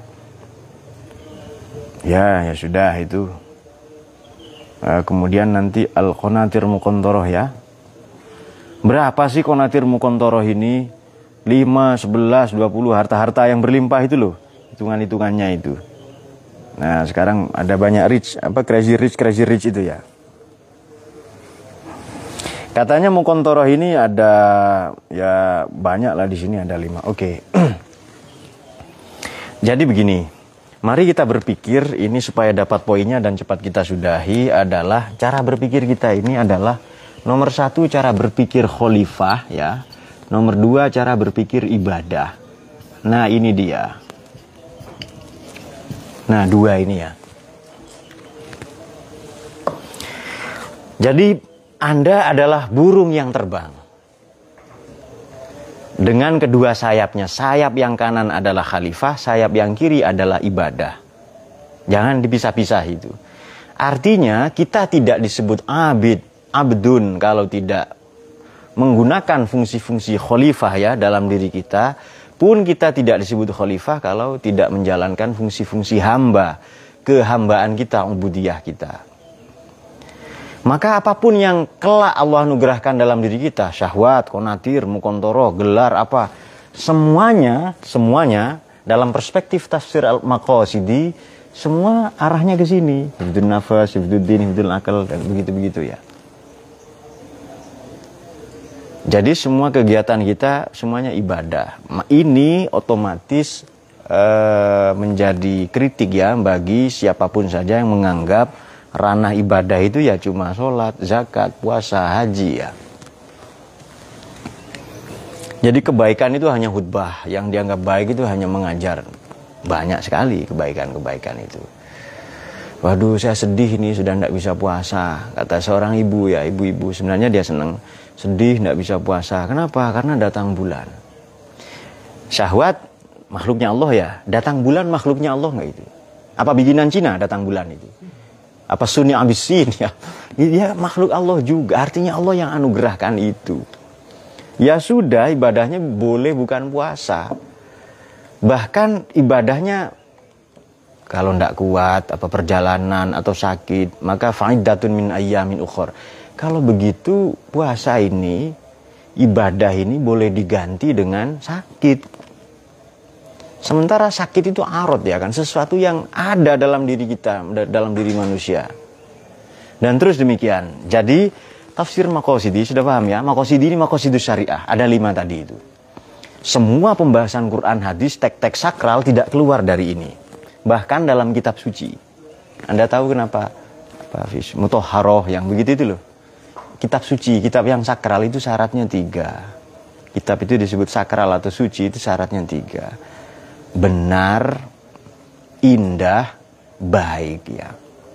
Ya sudah itu. Kemudian nanti al-qanatir muqantoroh ya. Berapa sih qanatir muqantoroh ini? 5, 11, 20 harta-harta yang berlimpah itu loh. Hitungan-hitungannya itu. Nah, sekarang ada banyak crazy rich itu ya. Katanya muqantoroh ini ada ya banyak lah di sini ada 5. Oke. Jadi begini. Mari kita berpikir ini supaya dapat poinnya dan cepat kita sudahi adalah cara berpikir kita ini adalah nomor 1 cara berpikir khalifah ya. Nomor 2 cara berpikir ibadah. Nah, ini dia. Nah, 2 ini ya. Jadi Anda adalah burung yang terbang. Dengan kedua sayapnya. Sayap yang kanan adalah khalifah, sayap yang kiri adalah ibadah. Jangan dipisah-pisah itu. Artinya kita tidak disebut abdun kalau tidak menggunakan fungsi-fungsi khalifah ya dalam diri kita. Pun kita tidak disebut khalifah kalau tidak menjalankan fungsi-fungsi hamba, kehambaan kita, ubudiyah kita. Maka apapun yang kelak Allah anugerahkan dalam diri kita, syahwat, qanatir, muqantoroh, gelar apa, semuanya dalam perspektif tafsir al-maqasidi, semua arahnya ke sini. Hifdzun nafas, hifdzud din, hifdzul akal, dan begitu-begitu ya. Jadi semua kegiatan kita semuanya ibadah. Ini otomatis menjadi kritik ya bagi siapapun saja yang menganggap ranah ibadah itu ya cuma sholat, zakat, puasa, haji ya. Jadi kebaikan itu hanya khutbah, yang dianggap baik itu hanya mengajar. Banyak sekali kebaikan-kebaikan itu. Waduh, saya sedih ini sudah tidak bisa puasa. Kata seorang ibu ya, ibu-ibu sebenarnya dia senang. Sedih tidak bisa puasa. Kenapa? Karena datang bulan. Syahwat makhluknya Allah ya. Datang bulan makhluknya Allah nggak itu? Apa bikinan Cina datang bulan itu? Apa Sunni Abisin ya? Dia makhluk Allah juga. Artinya Allah yang anugerahkan itu. Ya sudah, ibadahnya boleh bukan puasa. Bahkan ibadahnya kalau tidak kuat, apa perjalanan atau sakit, maka fa'iddatun min ayyamin ukhor. Kalau begitu puasa ini, ibadah ini boleh diganti dengan sakit. Sementara sakit itu arad ya kan, sesuatu yang ada dalam diri kita, dalam diri manusia. Dan terus demikian. Jadi tafsir maqasidi, sudah paham ya? Maqasidi ini maqasidus syariah. Ada 5 tadi itu. Semua pembahasan Quran, hadis, teks-teks sakral tidak keluar dari ini. Bahkan dalam kitab suci. Anda tahu kenapa? Hafiz Mutahharoh yang begitu itu loh. Kitab suci, kitab yang sakral itu syaratnya 3. Kitab itu disebut sakral atau suci itu syaratnya 3. Benar, indah, baik ya.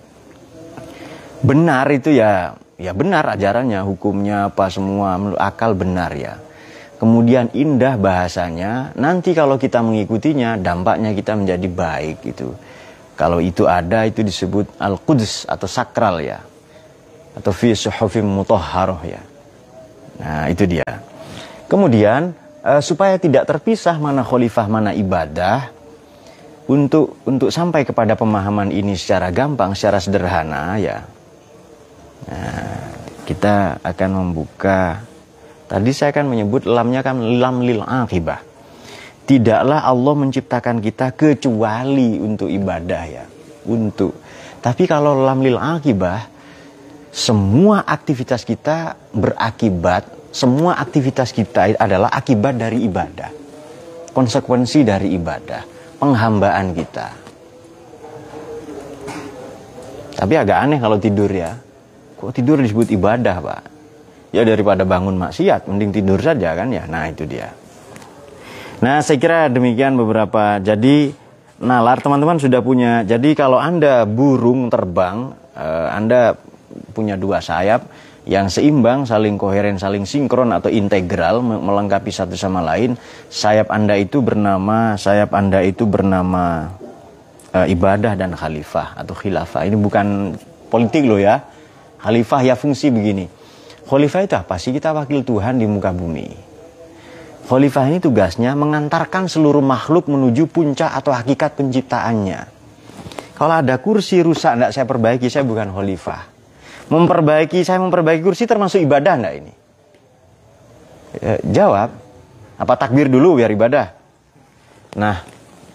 Benar itu ya benar ajarannya, hukumnya apa semua menurut akal benar ya. Kemudian indah bahasanya, nanti kalau kita mengikutinya dampaknya kita menjadi baik gitu. Kalau itu ada itu disebut al-quds atau sakral ya. Atau fi suhufim mutahharoh ya. Nah, itu dia. Kemudian supaya tidak terpisah mana khalifah mana ibadah, untuk sampai kepada pemahaman ini secara gampang, secara sederhana ya. Nah, kita akan membuka. Tadi saya akan menyebut lamnya kan lam lil aqibah. Tidaklah Allah menciptakan kita kecuali untuk ibadah ya. Tapi kalau lam lil aqibah, semua aktivitas kita berakibat, semua aktivitas kita adalah akibat dari ibadah. Konsekuensi dari ibadah, penghambaan kita. Tapi agak aneh kalau tidur ya. Kok tidur disebut ibadah, Pak? Ya daripada bangun maksiat, mending tidur saja kan ya. Nah itu dia. Nah saya kira demikian beberapa. Jadi nalar teman-teman sudah punya. Jadi kalau Anda burung terbang, Anda punya 2 sayap yang seimbang, saling koheren, saling sinkron atau integral, melengkapi satu sama lain. Sayap Anda itu bernama ibadah dan khalifah atau khilafah. Ini bukan politik loh ya. Khalifah ya fungsi begini. Khalifah itu apa sih? Kita wakil Tuhan di muka bumi. Khalifah ini tugasnya mengantarkan seluruh makhluk menuju puncak atau hakikat penciptaannya. Kalau ada kursi rusak, tidak saya perbaiki, saya bukan khalifah. Saya memperbaiki kursi termasuk ibadah enggak ini? Jawab. Apa takbir dulu biar ibadah? Nah,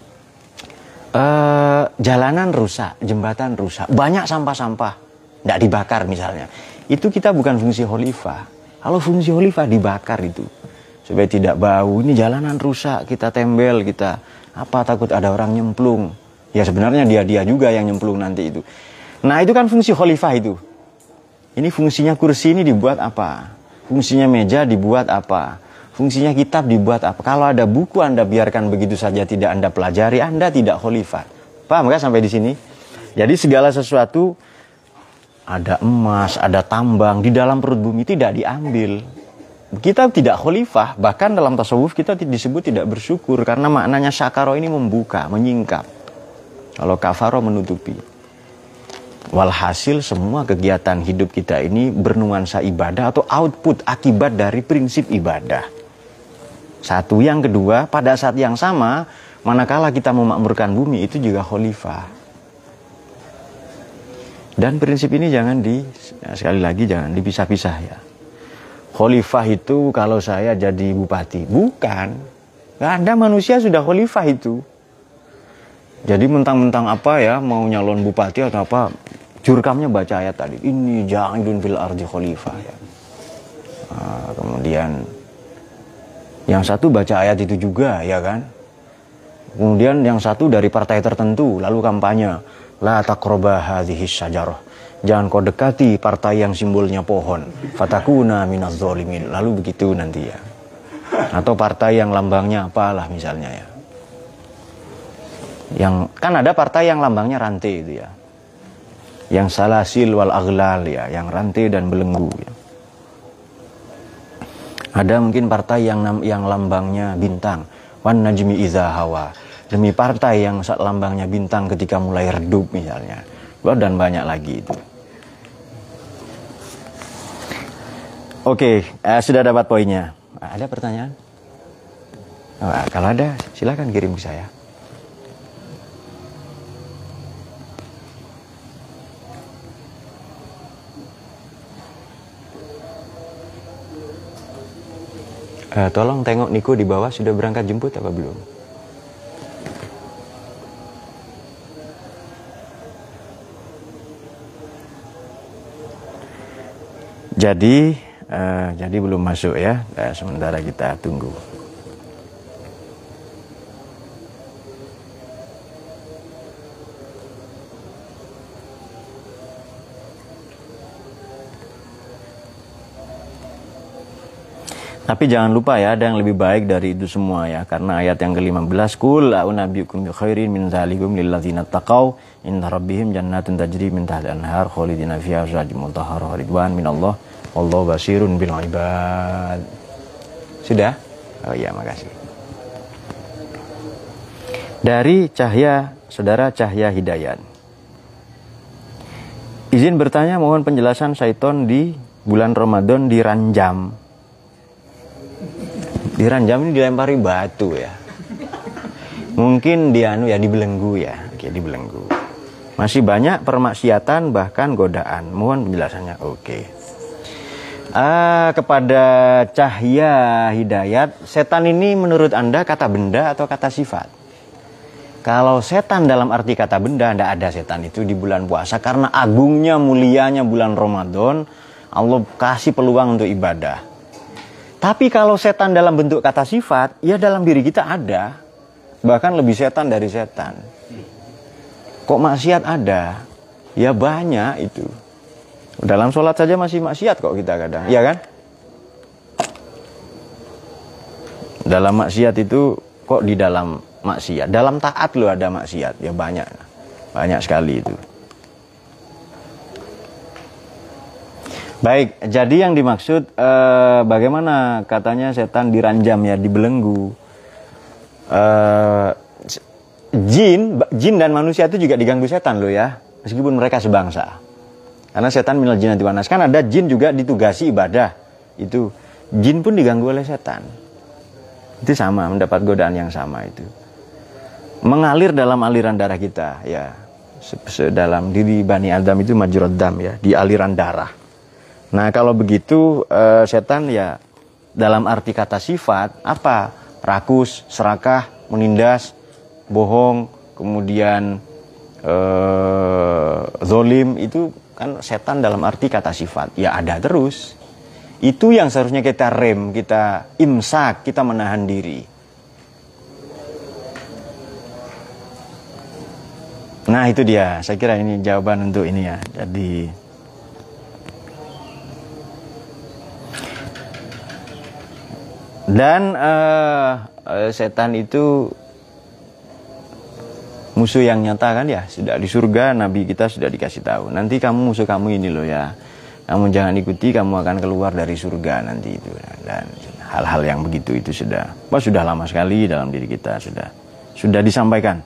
jalanan rusak, jembatan rusak, banyak sampah-sampah. Tidak dibakar misalnya, itu kita bukan fungsi khalifah. Kalau fungsi khalifah dibakar itu supaya tidak bau. Ini jalanan rusak, kita tembel, kita apa, takut ada orang nyemplung. Ya sebenarnya dia juga yang nyemplung nanti itu. Nah itu kan fungsi khalifah itu. Ini fungsinya kursi ini dibuat apa? Fungsinya meja dibuat apa? Fungsinya kitab dibuat apa? Kalau ada buku Anda biarkan begitu saja tidak Anda pelajari, Anda tidak khalifah. Paham nggak sampai di sini? Jadi segala sesuatu, ada emas, ada tambang di dalam perut bumi tidak diambil. Kita tidak khalifah, bahkan dalam tasawuf kita disebut tidak bersyukur karena maknanya syakaro ini membuka, menyingkap. Kalau kafaro menutupi. Walhasil semua kegiatan hidup kita ini bernuansa ibadah atau output akibat dari prinsip ibadah. Satu, yang kedua, pada saat yang sama, manakala kita memakmurkan bumi itu juga khalifah. Dan prinsip ini sekali lagi jangan dipisah-pisah ya. Khalifah itu kalau saya jadi bupati, bukan. Nggak ada manusia sudah khalifah itu. Jadi mentang-mentang apa ya, mau nyalon bupati atau apa, jurkamnya baca ayat tadi. Ini ja'idun fil ardi khalifah ya. Nah, kemudian yang satu baca ayat itu juga ya kan. Kemudian yang satu dari partai tertentu lalu kampanye. La taqraba hadhihi syajarah. Jangan kau dekati partai yang simbolnya pohon. Fatakuna minaz zalimin. Lalu begitu nanti ya. Atau partai yang lambangnya apalah misalnya ya. Yang kan ada partai yang lambangnya rantai itu ya. Yang salasil wal aghlal ya, yang rantai dan belenggu ya. Ada mungkin partai yang lambangnya bintang. Wan najmi idza hawa. Demi partai yang lambangnya bintang ketika mulai redup misalnya. Dan banyak lagi itu. Oke, sudah dapat poinnya. Ada pertanyaan? Kalau ada, silakan kirim ke saya. Tolong tengok Niko di bawah sudah berangkat jemput apa belum? Jadi belum masuk ya. Sementara kita tunggu. Tapi jangan lupa ya, ada yang lebih baik dari itu semua ya. Karena ayat yang ke-15, Qul a'unabbiukum bi khairin min dzalikum lilladzina taqau inna rabbihim jannatun tajri min tahtiha al-anhar khalidina fiha azwajun mutahharah ridwan minallah wallahu basirun bil ibad. Sudah? Oh iya, makasih. Dari Saudara Cahya Hidayat. Izin bertanya, mohon penjelasan syaiton di bulan Ramadan diranjam. Diranjam ini dilempari batu ya. Mungkin dibelenggu ya. Oke, dibelenggu. Masih banyak permaksiatan bahkan godaan. Mohon penjelasannya. Oke. Kepada Cahya Hidayat, setan ini menurut Anda kata benda atau kata sifat? Kalau setan dalam arti kata benda, tidak ada setan itu di bulan puasa. Karena agungnya, mulianya bulan Ramadan, Allah kasih peluang untuk ibadah. Tapi kalau setan dalam bentuk kata sifat, ya dalam diri kita ada. Bahkan lebih setan dari setan. Kok maksiat ada? Ya banyak itu. Dalam sholat saja masih maksiat kok kita kadang. Iya kan? Dalam maksiat itu, kok di dalam maksiat? Dalam taat loh ada maksiat. Ya banyak. Banyak sekali itu. Baik, jadi yang dimaksud bagaimana katanya setan diranjam ya, dibelenggu. Jin dan manusia itu juga diganggu setan loh ya, meskipun mereka sebangsa. Karena setan minal jinnati wan nas, kan ada jin juga ditugasi ibadah. Itu jin pun diganggu oleh setan. Itu sama, mendapat godaan yang sama itu. Mengalir dalam aliran darah kita ya. Dalam diri Bani Adam itu majrad dam ya, di aliran darah. Nah kalau begitu setan ya dalam arti kata sifat apa? Rakus, serakah, menindas, bohong, kemudian zolim, itu kan setan dalam arti kata sifat. Ya ada terus. Itu yang seharusnya kita rem, kita imsak, kita menahan diri. Nah itu dia, saya kira ini jawaban untuk ini ya. Jadi dan setan itu musuh yang nyata kan ya, sudah di surga Nabi kita sudah dikasih tahu. Nanti kamu musuh kamu ini loh ya, kamu jangan ikuti, kamu akan keluar dari surga nanti itu. Dan hal-hal yang begitu itu sudah lama sekali dalam diri kita, sudah disampaikan.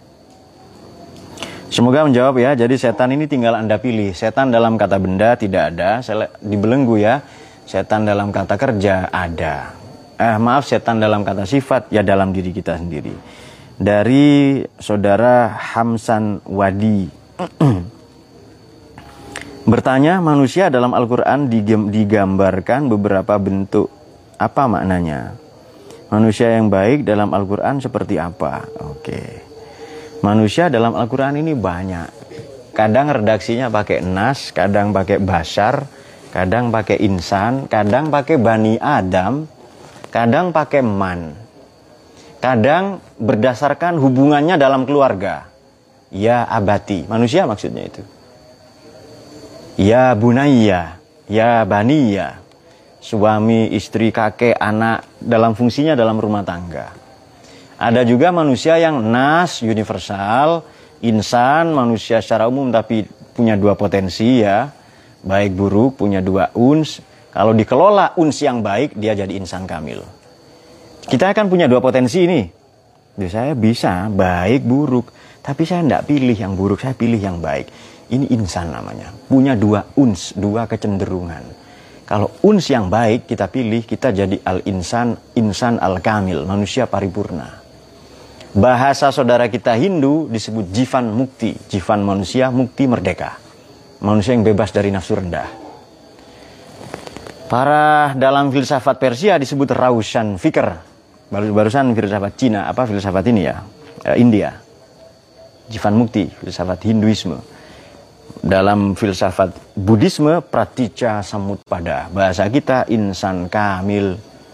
Semoga menjawab ya. Jadi setan ini tinggal Anda pilih. Setan dalam kata benda tidak ada, dibelenggu ya. Setan dalam kata kerja ada. Setan dalam kata sifat ya dalam diri kita sendiri. Dari Saudara Hamsan Wadi bertanya, manusia dalam Al-Quran digambarkan beberapa bentuk, apa maknanya? Manusia yang baik dalam Al-Quran seperti apa? Oke. Manusia dalam Al-Quran ini banyak. Kadang redaksinya pakai nas, kadang pakai basar, kadang pakai insan, kadang pakai Bani Adam, kadang pakai man. Kadang berdasarkan hubungannya dalam keluarga. Ya abati, manusia maksudnya itu. Ya bunayya, ya baniya. Suami, istri, kakek, anak dalam fungsinya dalam rumah tangga. Ada juga manusia yang nas, universal, insan, manusia secara umum tapi punya dua potensi ya. Baik buruk, punya dua uns. Kalau dikelola uns yang baik, dia jadi insan kamil. Kita akan punya dua potensi ini. Saya bisa baik, buruk. Tapi saya tidak pilih yang buruk, saya pilih yang baik. Ini insan namanya. Punya dua uns, dua kecenderungan. Kalau uns yang baik kita pilih, kita jadi al-insan, insan al-kamil, manusia paripurna. Bahasa saudara kita Hindu disebut jivan mukti. Jivan manusia, mukti merdeka. Manusia yang bebas dari nafsu rendah. Para dalam filsafat Persia disebut Raushan Fikr. Barusan filsafat Cina, filsafat ini ya, India. Jivan mukti, filsafat Hinduisme. Dalam filsafat Buddhisme, Praticca Samutpada. Bahasa kita insan kamil.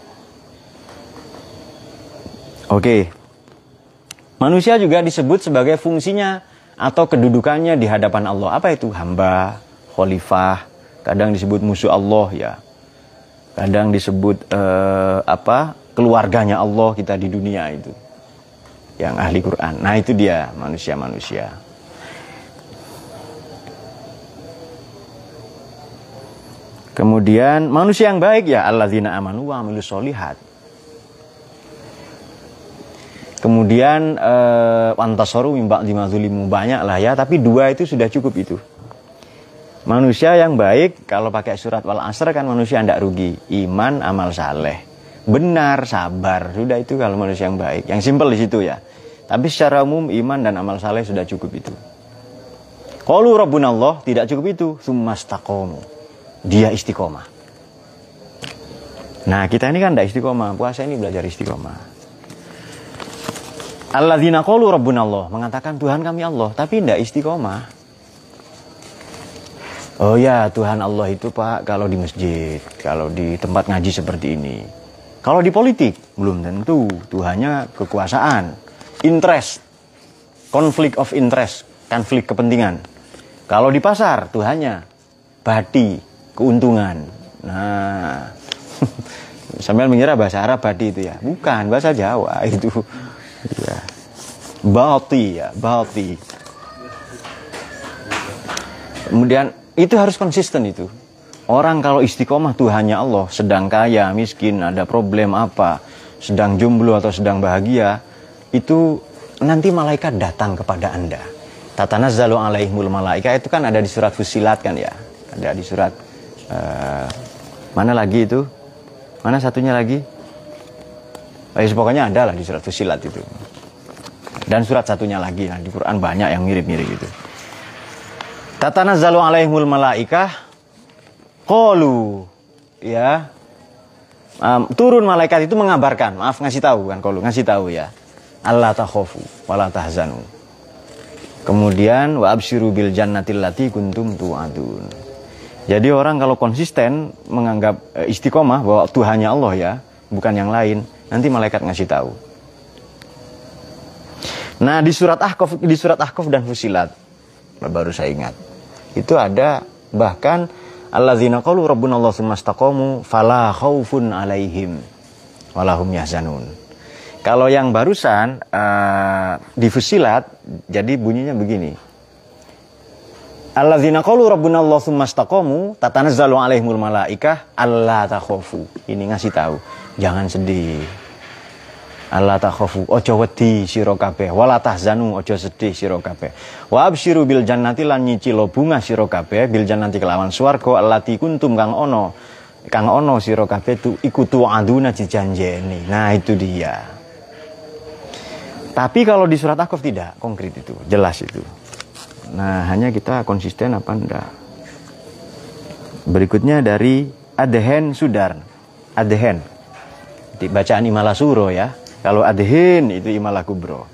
Oke. Manusia juga disebut sebagai fungsinya atau kedudukannya di hadapan Allah. Apa itu? Hamba, khalifah, kadang disebut musuh Allah ya. Kadang disebut keluarganya Allah kita di dunia itu. Yang ahli Quran. Nah, itu dia manusia-manusia. Kemudian manusia yang baik ya alladzina amanu wa amilus sholihat. Kemudian wantasaru min ba'di ma dzulimu, banyak lah ya, tapi dua itu sudah cukup itu. Manusia yang baik kalau pakai surat Wal Asr kan manusia tidak rugi, iman, amal saleh, benar, sabar, sudah itu kalau manusia yang baik. Yang simpel di situ ya. Tapi secara umum iman dan amal saleh sudah cukup itu. Qalu rabbunallah, tidak cukup itu, tsumastaqamu. Dia istiqomah. Nah, kita ini kan tidak istiqomah. Puasa ini belajar istiqomah. Alladzina qalu rabbunallah, mengatakan Tuhan kami Allah, tapi tidak istiqomah. Oh ya, Tuhan Allah itu Pak kalau di masjid, kalau di tempat ngaji seperti ini. Kalau di politik belum tentu. Tuhannya kekuasaan, interest, conflict of interest, konflik kepentingan. Kalau di pasar Tuhannya badi, keuntungan. Nah, sambil mengira bahasa Arab badi itu ya, bukan, bahasa Jawa itu. Ya. Bati ya, bati. Kemudian itu harus konsisten itu. Orang kalau istiqomah Tuhannya Allah, sedang kaya, miskin, ada problem apa, sedang jomblo atau sedang bahagia, itu nanti malaikat datang kepada Anda. Tatanazzalu alaihimul malaika, itu kan ada di surat Fussilat kan ya. Ada di surat mana lagi itu? Mana satunya lagi? Pokoknya ada lah di surat Fussilat itu. Dan surat satunya lagi, nah, di Quran banyak yang mirip-mirip itu. Tatanazzalu alaihimul malaikah qalu ya. Turun malaikat itu mengabarkan, ngasih tahu kan, qalu ngasih tahu ya. Allah takhafu wala tahzanu. Kemudian wa absyiru bil jannatil lati kuntum tu'adun. Jadi orang kalau konsisten menganggap istiqomah bahwa Tuhannya Allah ya, bukan yang lain, nanti malaikat ngasih tahu. Nah, di surat Ahqaf dan Fussilat baru saya ingat. Itu ada bahkan alladzina qalu rabbunallahu tsumastaqamu fala khaufun alaihim walahum yahzanun. Kalau yang barusan di Fussilat jadi bunyinya begini. Alladzina qalu rabbunallahu tsumastaqamu tatanazzalu alaihimul malaikah alla takhafu. Ini ngasih tahu, jangan sedih. Allah takhafu, ojo wedi sira kabeh, wala tahzanu, ojo sedih sira kabeh. Wa absyiru bil jannati lan nyicilo bunga sira kabeh, bil jannati kelawan swarga allati kuntum kang ono sira kabeh tu iku tu'aduna dijanjeni. Nah, itu dia. Tapi kalau di surat Ahqaf tidak konkret itu, jelas itu. Nah, hanya kita konsisten apa enggak. Berikutnya dari Adhen Sudar. Adhen. Di bacaan Imala Suro ya. Kalau adhin itu Imalah Kubro.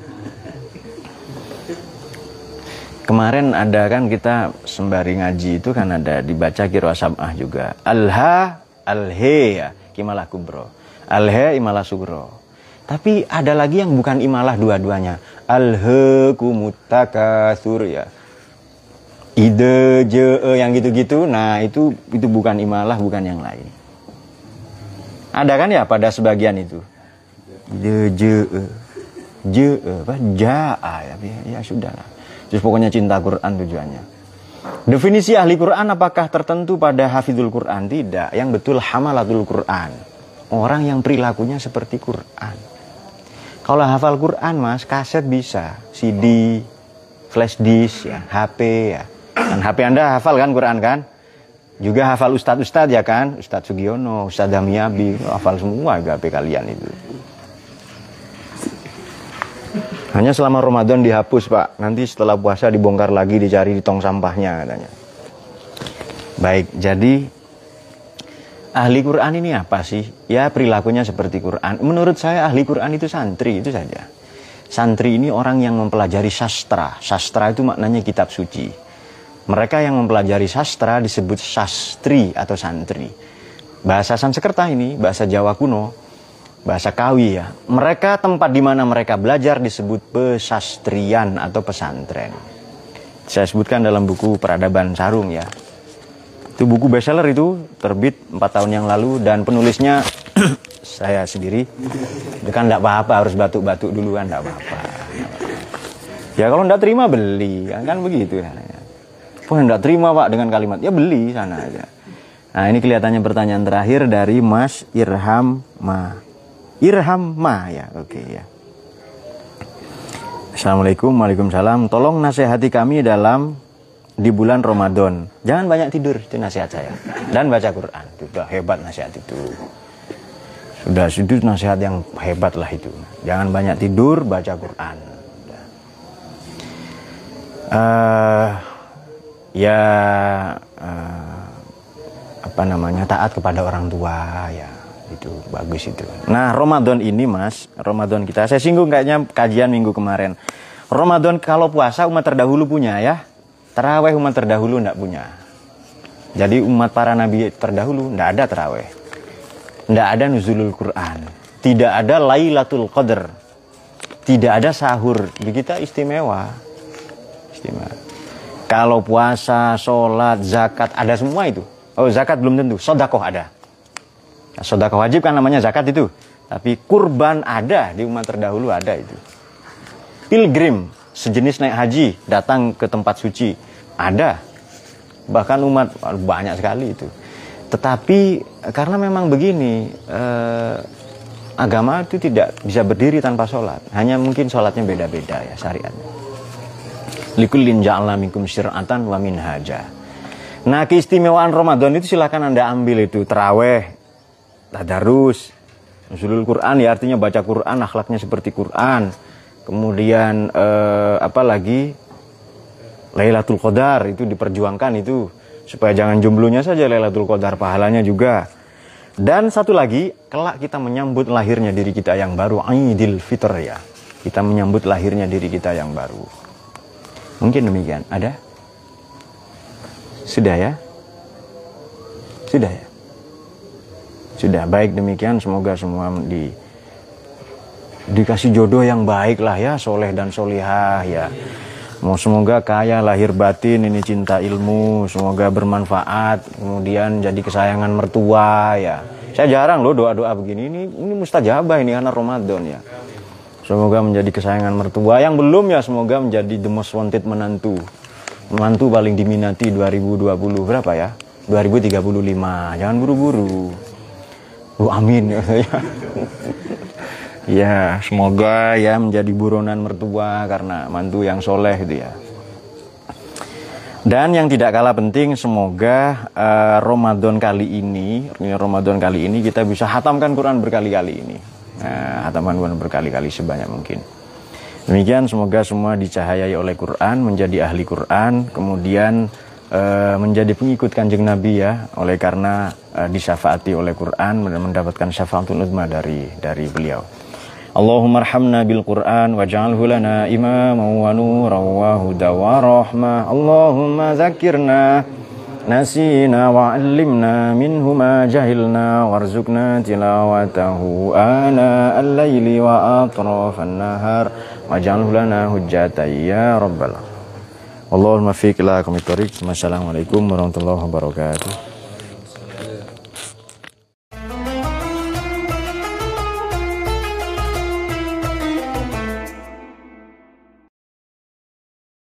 Kemarin ada kan kita sembari ngaji itu kan ada dibaca Qiraah Sab'ah juga. Alha, alhe ya, Imalah Kubro. Alhe, Imalah Sugro. Tapi ada lagi yang bukan Imalah dua-duanya. Alhaakumut takatsur ya. ide, je, yang gitu-gitu. Nah, itu bukan imalah, bukan yang lain. Ada kan ya pada sebagian itu. Ide, je, apa? Ja'a, ya sudahlah. Terus pokoknya cinta Quran tujuannya. Definisi ahli Quran apakah tertentu pada hafizul Quran? Tidak. Yang betul hamalatul Quran. Orang yang perilakunya seperti Quran. Kalau hafal Quran mas, kaset bisa, CD, flash disk, ya, HP ya. Dan HP Anda hafal kan Quran kan? Juga hafal ustadz-ustadz ya kan? Ustadz Sugiono, Ustadz Damiabi, hafal semua HP kalian itu. Hanya selama Ramadan dihapus pak, nanti setelah puasa dibongkar lagi, dicari di tong sampahnya katanya. Baik, jadi ahli Quran ini apa sih? Ya perilakunya seperti Quran. Menurut saya ahli Quran itu santri, itu saja. Santri ini orang yang mempelajari sastra. Sastra itu maknanya kitab suci. Mereka yang mempelajari sastra disebut sastri atau santri. Bahasa Sanskerta ini, bahasa Jawa kuno, bahasa Kawi ya. Mereka tempat di mana mereka belajar disebut pesastrian atau pesantren. Saya sebutkan dalam buku Peradaban Sarung ya. Itu buku bestseller itu terbit 4 tahun yang lalu dan penulisnya saya sendiri. Itu kan enggak apa-apa harus batuk-batuk dulu kan enggak apa-apa. Ya kalau enggak terima beli kan begitu ya. Wah enggak terima Pak dengan kalimat ya beli sana aja. Nah ini kelihatannya pertanyaan terakhir dari Mas Irham Ma ya, oke ya. Assalamualaikum, waalaikumsalam. Tolong nasihati kami di bulan Ramadan. Jangan banyak tidur, itu nasihat saya. Dan baca Quran, itu udah hebat nasihat itu. Sudah itu nasihat yang hebat lah itu. Jangan banyak tidur, baca Quran. Taat kepada orang tua ya. Itu bagus itu. Nah Ramadan ini mas, Ramadan kita, saya singgung kayaknya kajian minggu kemarin. Ramadan kalau puasa umat terdahulu punya ya, taraweh umat terdahulu enggak punya. Jadi umat para nabi terdahulu enggak ada taraweh, enggak ada nuzulul Quran, tidak ada Lailatul Qadar, tidak ada sahur. Di kita istimewa. Kalau puasa, sholat, zakat ada semua itu. Oh zakat belum tentu, sedekah ada. Sedekah wajib kan namanya zakat itu. Tapi kurban ada di umat terdahulu ada itu. Pilgrim, sejenis naik haji, datang ke tempat suci, ada. Bahkan umat banyak sekali itu. Tetapi karena memang begini, agama itu tidak bisa berdiri tanpa sholat. Hanya mungkin sholatnya beda-beda ya syariatnya. Likullin ja'alna minkum syir'atan wa minhaja. Nah keistimewaan Ramadan itu silakan Anda ambil itu. Taraweh, tadarus, nuzulul Quran ya artinya baca Quran, akhlaknya seperti Quran. Kemudian apalagi Lailatul Qadar itu diperjuangkan itu supaya jangan jomblonya saja Lailatul Qadar, pahalanya juga. Dan satu lagi, kelak kita menyambut lahirnya diri kita yang baru, Idul Fitr ya. Kita menyambut lahirnya diri kita yang baru. Mungkin demikian. Ada? Sudah ya? Sudah ya? Sudah, baik demikian. Semoga semua dikasih jodoh yang baik lah ya, soleh dan solihah ya. Semoga kaya lahir batin, ini cinta ilmu, semoga bermanfaat, kemudian jadi kesayangan mertua ya. Saya jarang loh doa-doa begini, ini mustajabah ini karena Ramadan ya. Semoga menjadi kesayangan mertua, yang belum ya semoga menjadi the most wanted menantu. Menantu paling diminati 2020 berapa ya? 2035, jangan buru-buru. Amin ya. Ya, semoga ya menjadi buronan mertua karena mantu yang soleh itu ya. Dan yang tidak kalah penting, semoga Ramadan kali ini kita bisa hatamkan Quran berkali-kali ini. Hatamkan Quran berkali-kali sebanyak mungkin. Demikian, semoga semua dicahayai oleh Quran, menjadi ahli Quran, kemudian menjadi pengikut Kanjeng Nabi ya, oleh karena disyafaati oleh Quran, mendapatkan syafaatul uzma dari beliau. Allahumma arhamna bil Qur'an waj'alhu lana imaman wa nuran wa hudan wa rahmah. Allahumma dzakkirna nasina wa 'allimna minhu ma jahilna warzuqna tilawatahu ana al-laili wa atrafan nahar waj'alhu lana hujjatan ya rabbal alamin. Allahumma fiq ila aqwamit thoriq. Wassalamualaikum warahmatullahi wabarakatuh.